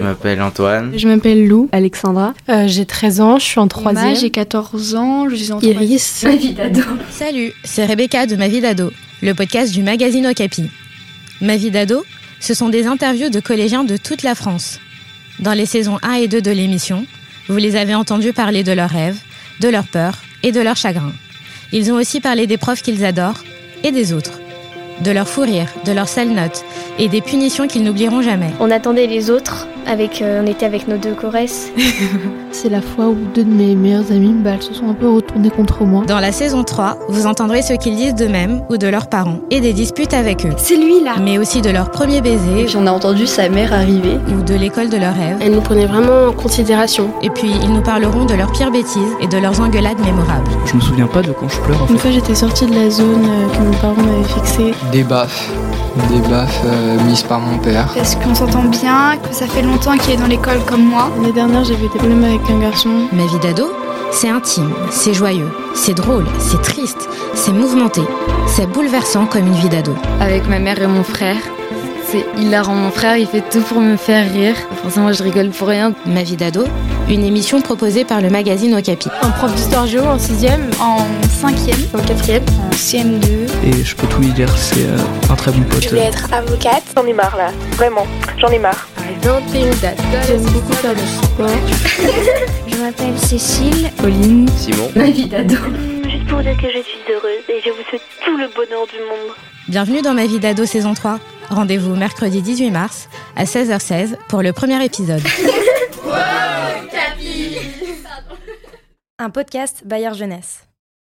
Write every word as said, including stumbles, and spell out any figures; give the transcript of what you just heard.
m'appelle Antoine. Je m'appelle Lou. Alexandra. Euh, j'ai treize ans, je suis en troisième. J'ai quatorze ans, je suis en Iris. Ma vie d'ado. Salut, c'est Rebecca de Ma vie d'ado, le podcast du magazine Okapi. Ma vie d'ado, ce sont des interviews de collégiens de toute la France. Dans les saisons un et deux de l'émission, vous les avez entendus parler de leurs rêves, de leurs peurs et de leurs chagrins. Ils ont aussi parlé des profs qu'ils adorent et des autres. De leurs fous rires, de leurs sales notes et des punitions qu'ils n'oublieront jamais. On attendait les autres, avec, euh, on était avec nos deux choresses. C'est la fois où deux de mes meilleures amies bah, elles se sont un peu retournées contre moi. Dans la saison trois, vous entendrez ce qu'ils disent d'eux-mêmes ou de leurs parents et des disputes avec eux. C'est lui là. Mais aussi de leur premier baiser. Et puis on a entendu sa mère arriver. Ou de l'école de leurs rêves. Elle nous prenait vraiment en considération. Et puis ils nous parleront de leurs pires bêtises et de leurs engueulades mémorables. Je me souviens pas de quand je pleure en fait. Une fois j'étais sortie de la zone euh, que mes parents m'avaient fixée. Des baffes, des baffes euh, mises par mon père. Parce qu'on s'entend bien, que ça fait longtemps qu'il est dans l'école comme moi. L'année dernière j'avais des problèmes avec un garçon. Ma vie d'ado, c'est intime, c'est joyeux, c'est drôle, c'est triste, c'est mouvementé, c'est bouleversant comme une vie d'ado. Avec ma mère et mon frère, c'est hilarant. Mon frère, il fait tout pour me faire rire. Forcément, je rigole pour rien. Ma vie d'ado, une émission proposée par le magazine Okapi. Un prof d'histoire géo en sixième, En cinquième, en quatrième. en C M deux. Et je peux tout lui dire, c'est euh, un très bon pote. Je voulais être avocate. J'en ai marre là, vraiment, j'en ai marre. J'aime beaucoup faire du sport. Je m'appelle Cécile. Pauline. Simon. Ma vie d'ado. Juste pour dire que je suis heureuse et je vous souhaite tout le bonheur du monde. Bienvenue dans Ma vie d'ado saison trois. Rendez-vous mercredi dix-huit mars à seize heures seize pour le premier épisode. Un podcast Bayard Jeunesse.